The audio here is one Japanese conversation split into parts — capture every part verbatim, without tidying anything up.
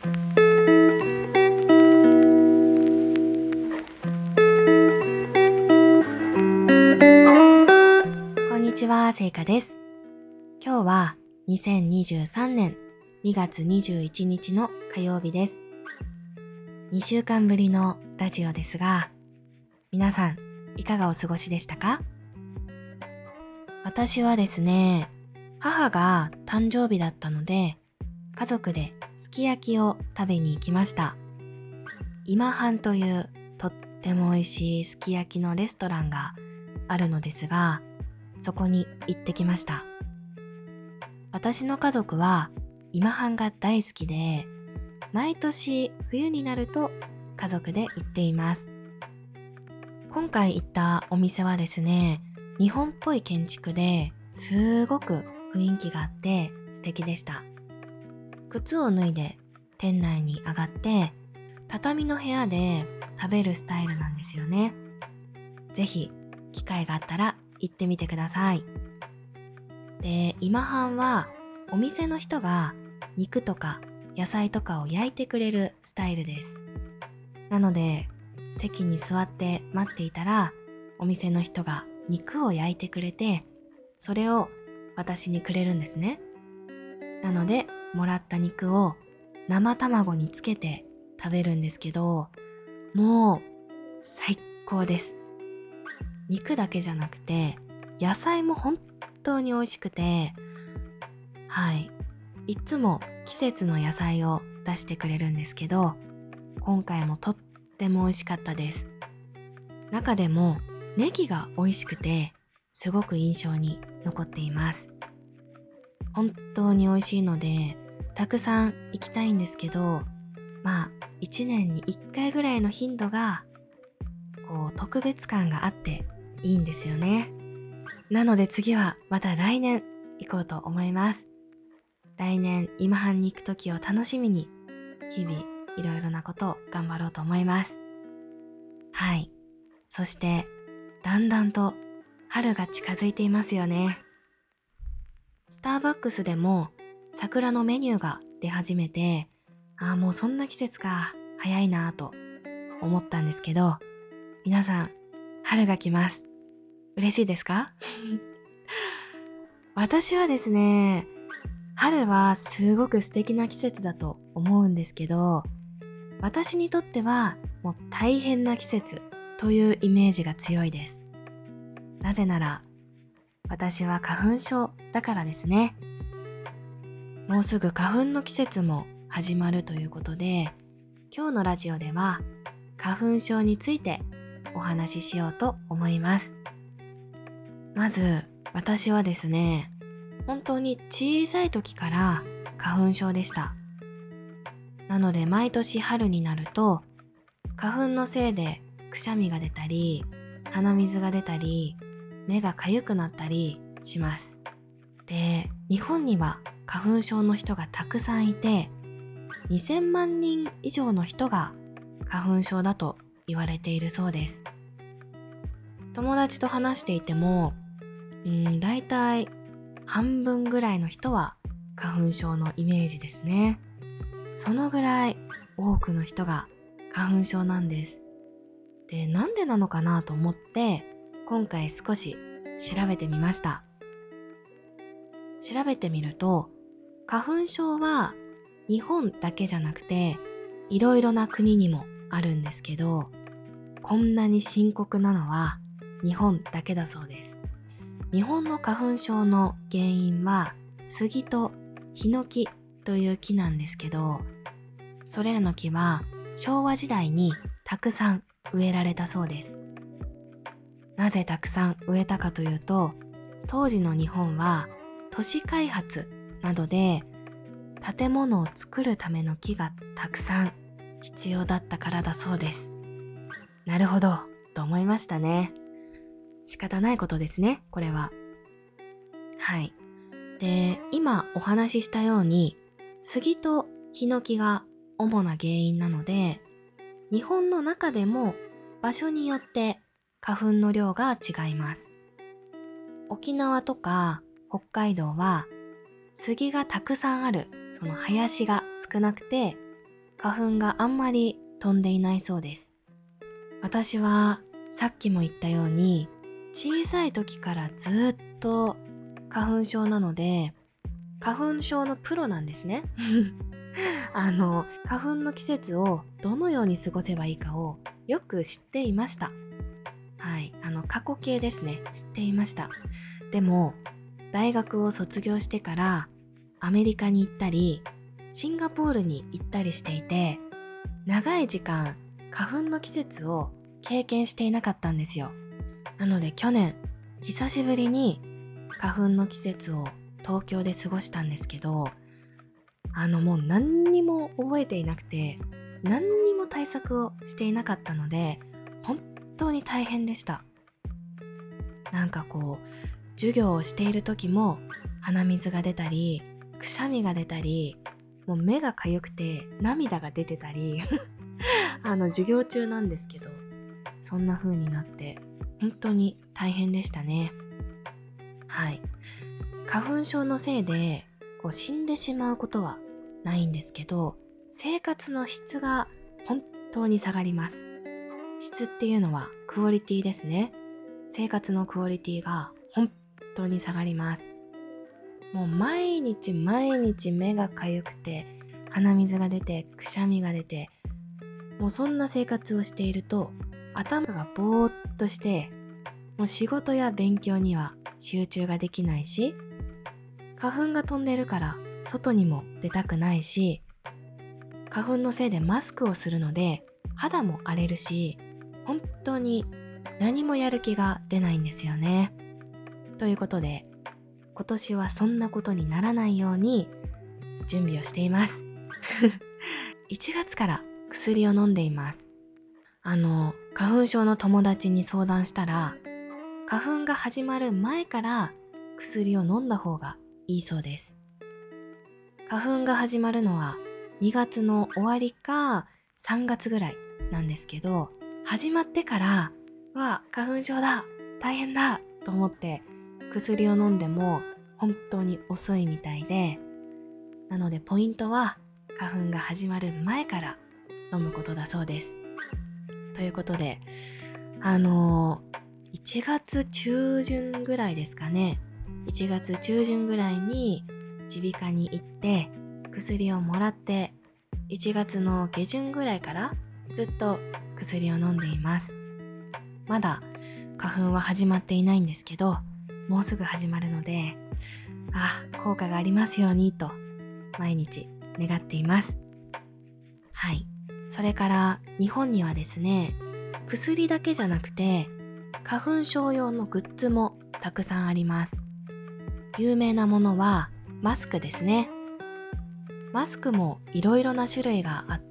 こんにちは、せいかです。今日はにせんにじゅうさんねんにがつにじゅういちにちの火曜日です。にしゅうかんぶりのラジオですが、皆さんいかがお過ごしでしたか？私はですね、母が誕生日だったので、家族ですき焼きを食べに行きました。今半というとっても美味しいすき焼きのレストランがあるのですが、そこに行ってきました。私の家族は今半が大好きで、毎年冬になると家族で行っています。今回行ったお店はですね、日本っぽい建築ですごく雰囲気があって素敵でした。靴を脱いで店内に上がって、畳の部屋で食べるスタイルなんですよね。ぜひ機会があったら行ってみてください。で、今半はお店の人が肉とか野菜とかを焼いてくれるスタイルです。なので、席に座って待っていたら、お店の人が肉を焼いてくれて、それを私にくれるんですね。なので、もらった肉を生卵につけて食べるんですけど、もう最高です。肉だけじゃなくて、野菜も本当に美味しくて、はい、いつも季節の野菜を出してくれるんですけど、今回もとっても美味しかったです。中でもネギが美味しくて、すごく印象に残っています。本当に美味しいので、たくさん行きたいんですけど、まあいちねんにいっかいぐらいの頻度がこう特別感があっていいんですよね。なので次はまた来年行こうと思います。来年今半に行く時を楽しみに、日々いろいろなことを頑張ろうと思います。はい。そしてだんだんと春が近づいていますよね。スターバックスでも桜のメニューが出始めて、ああもうそんな季節か、早いなぁと思ったんですけど、皆さん春が来ます。嬉しいですか？私はですね、春はすごく素敵な季節だと思うんですけど、私にとってはもう大変な季節というイメージが強いです。なぜなら私は花粉症だからですね。もうすぐ花粉の季節も始まるということで、今日のラジオでは花粉症についてお話ししようと思います。まず私はですね、本当に小さい時から花粉症でした。なので毎年春になると花粉のせいでくしゃみが出たり、鼻水が出たり、目がかゆくなったりします。で、日本には花粉症の人がたくさんいて、にせんまんにん以上の人が花粉症だと言われているそうです。友達と話していても、うーん、だいたい半分ぐらいの人は花粉症のイメージですね。そのぐらい多くの人が花粉症なんです。で、なんでなのかなと思って、今回少し調べてみました。調べてみると、花粉症は日本だけじゃなくて、いろいろな国にもあるんですけど、こんなに深刻なのは日本だけだそうです。日本の花粉症の原因は杉とヒノキという木なんですけど、それらの木は昭和時代にたくさん植えられたそうです。なぜたくさん植えたかというと、当時の日本は都市開発などで建物を作るための木がたくさん必要だったからだそうです。なるほどと思いましたね。仕方ないことですね、これは。はい。で、今お話ししたように、杉とヒノキが主な原因なので、日本の中でも場所によって花粉の量が違います。沖縄とか北海道は杉がたくさんあるその林が少なくて、 花粉があんまり飛んでいないそうです。私はさっきも言ったように小さい時からずっと花粉症なので、花粉症のプロなんですね。あの花粉の季節をどのように過ごせばいいかをよく知っていました。はい、あの過去形ですね。知っていました。でも大学を卒業してからアメリカに行ったりシンガポールに行ったりしていて、長い時間花粉の季節を経験していなかったんですよ。なので去年久しぶりに花粉の季節を東京で過ごしたんですけど、あのもう何にも覚えていなくて、何にも対策をしていなかったので本当に大変でした。なんかこう授業をしている時も鼻水が出たりくしゃみが出たり、もう目がかゆくて涙が出てたりあの授業中なんですけど、そんな風になって本当に大変でしたね。はい、花粉症のせいでこう死んでしまうことはないんですけど、生活の質が本当に下がります。質っていうのはクオリティですね。生活のクオリティが本当に下がります。もう毎日毎日目がかゆくて鼻水が出てくしゃみが出て、もうそんな生活をしていると頭がぼーっとして、もう仕事や勉強には集中ができないし、花粉が飛んでるから外にも出たくないし、花粉のせいでマスクをするので肌も荒れるし、本当に何もやる気が出ないんですよね。ということで今年はそんなことにならないように準備をしています。いちがつから薬を飲んでいます。あの花粉症の友達に相談したら、花粉が始まる前から薬を飲んだ方がいいそうです。花粉が始まるのはにがつの終わりかさんがつぐらいなんですけど、始まってからわ花粉症だ大変だと思って薬を飲んでも本当に遅いみたいで、なのでポイントは花粉が始まる前から飲むことだそうです。ということで、あのー、いちがつ中旬ぐらいですかね。いちがつ中旬ぐらいに耳鼻科に行って薬をもらって、いちがつの下旬ぐらいからずっと薬を飲んでいます。まだ花粉は始まっていないんですけど、もうすぐ始まるので、あ、効果がありますようにと毎日願っています。はい。それから日本にはですね、薬だけじゃなくて花粉症用のグッズもたくさんあります。有名なものはマスクですね。マスクもいろいろな種類があって、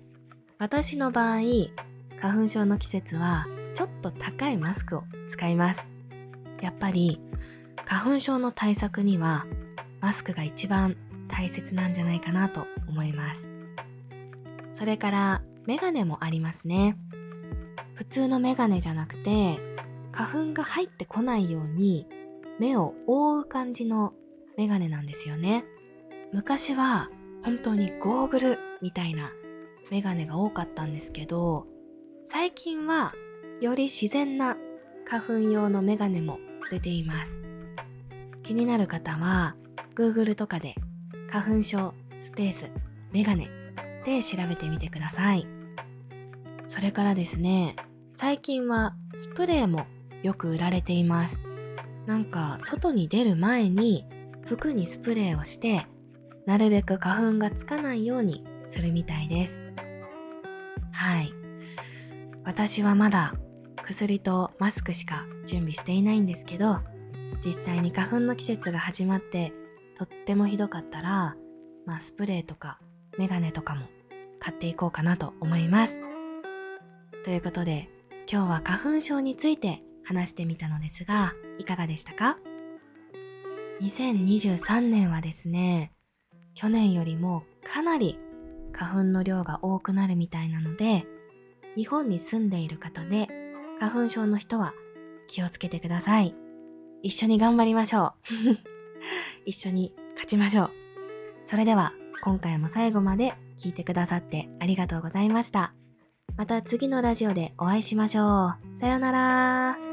私の場合花粉症の季節はちょっと高いマスクを使います。やっぱり花粉症の対策にはマスクが一番大切なんじゃないかなと思います。それからメガネもありますね。普通のメガネじゃなくて花粉が入ってこないように目を覆う感じのメガネなんですよね。昔は本当にゴーグルみたいなメガネが多かったんですけど、最近はより自然な花粉用のメガネも出ています。気になる方は Google とかで花粉症スペースメガネで調べてみてください。それからですね、最近はスプレーもよく売られています。なんか外に出る前に服にスプレーをして、なるべく花粉がつかないようにするみたいです。はい。私はまだ薬とマスクしか準備していないんですけど、実際に花粉の季節が始まってとってもひどかったら、まあスプレーとかメガネとかも買っていこうかなと思います。ということで、今日は花粉症について話してみたのですが、いかがでしたか？にせんにじゅうさんねんはですね、去年よりもかなり花粉の量が多くなるみたいなので、日本に住んでいる方で花粉症の人は気をつけてください。一緒に頑張りましょう。一緒に勝ちましょう。それでは今回も最後まで聞いてくださってありがとうございました。また次のラジオでお会いしましょう。さようなら。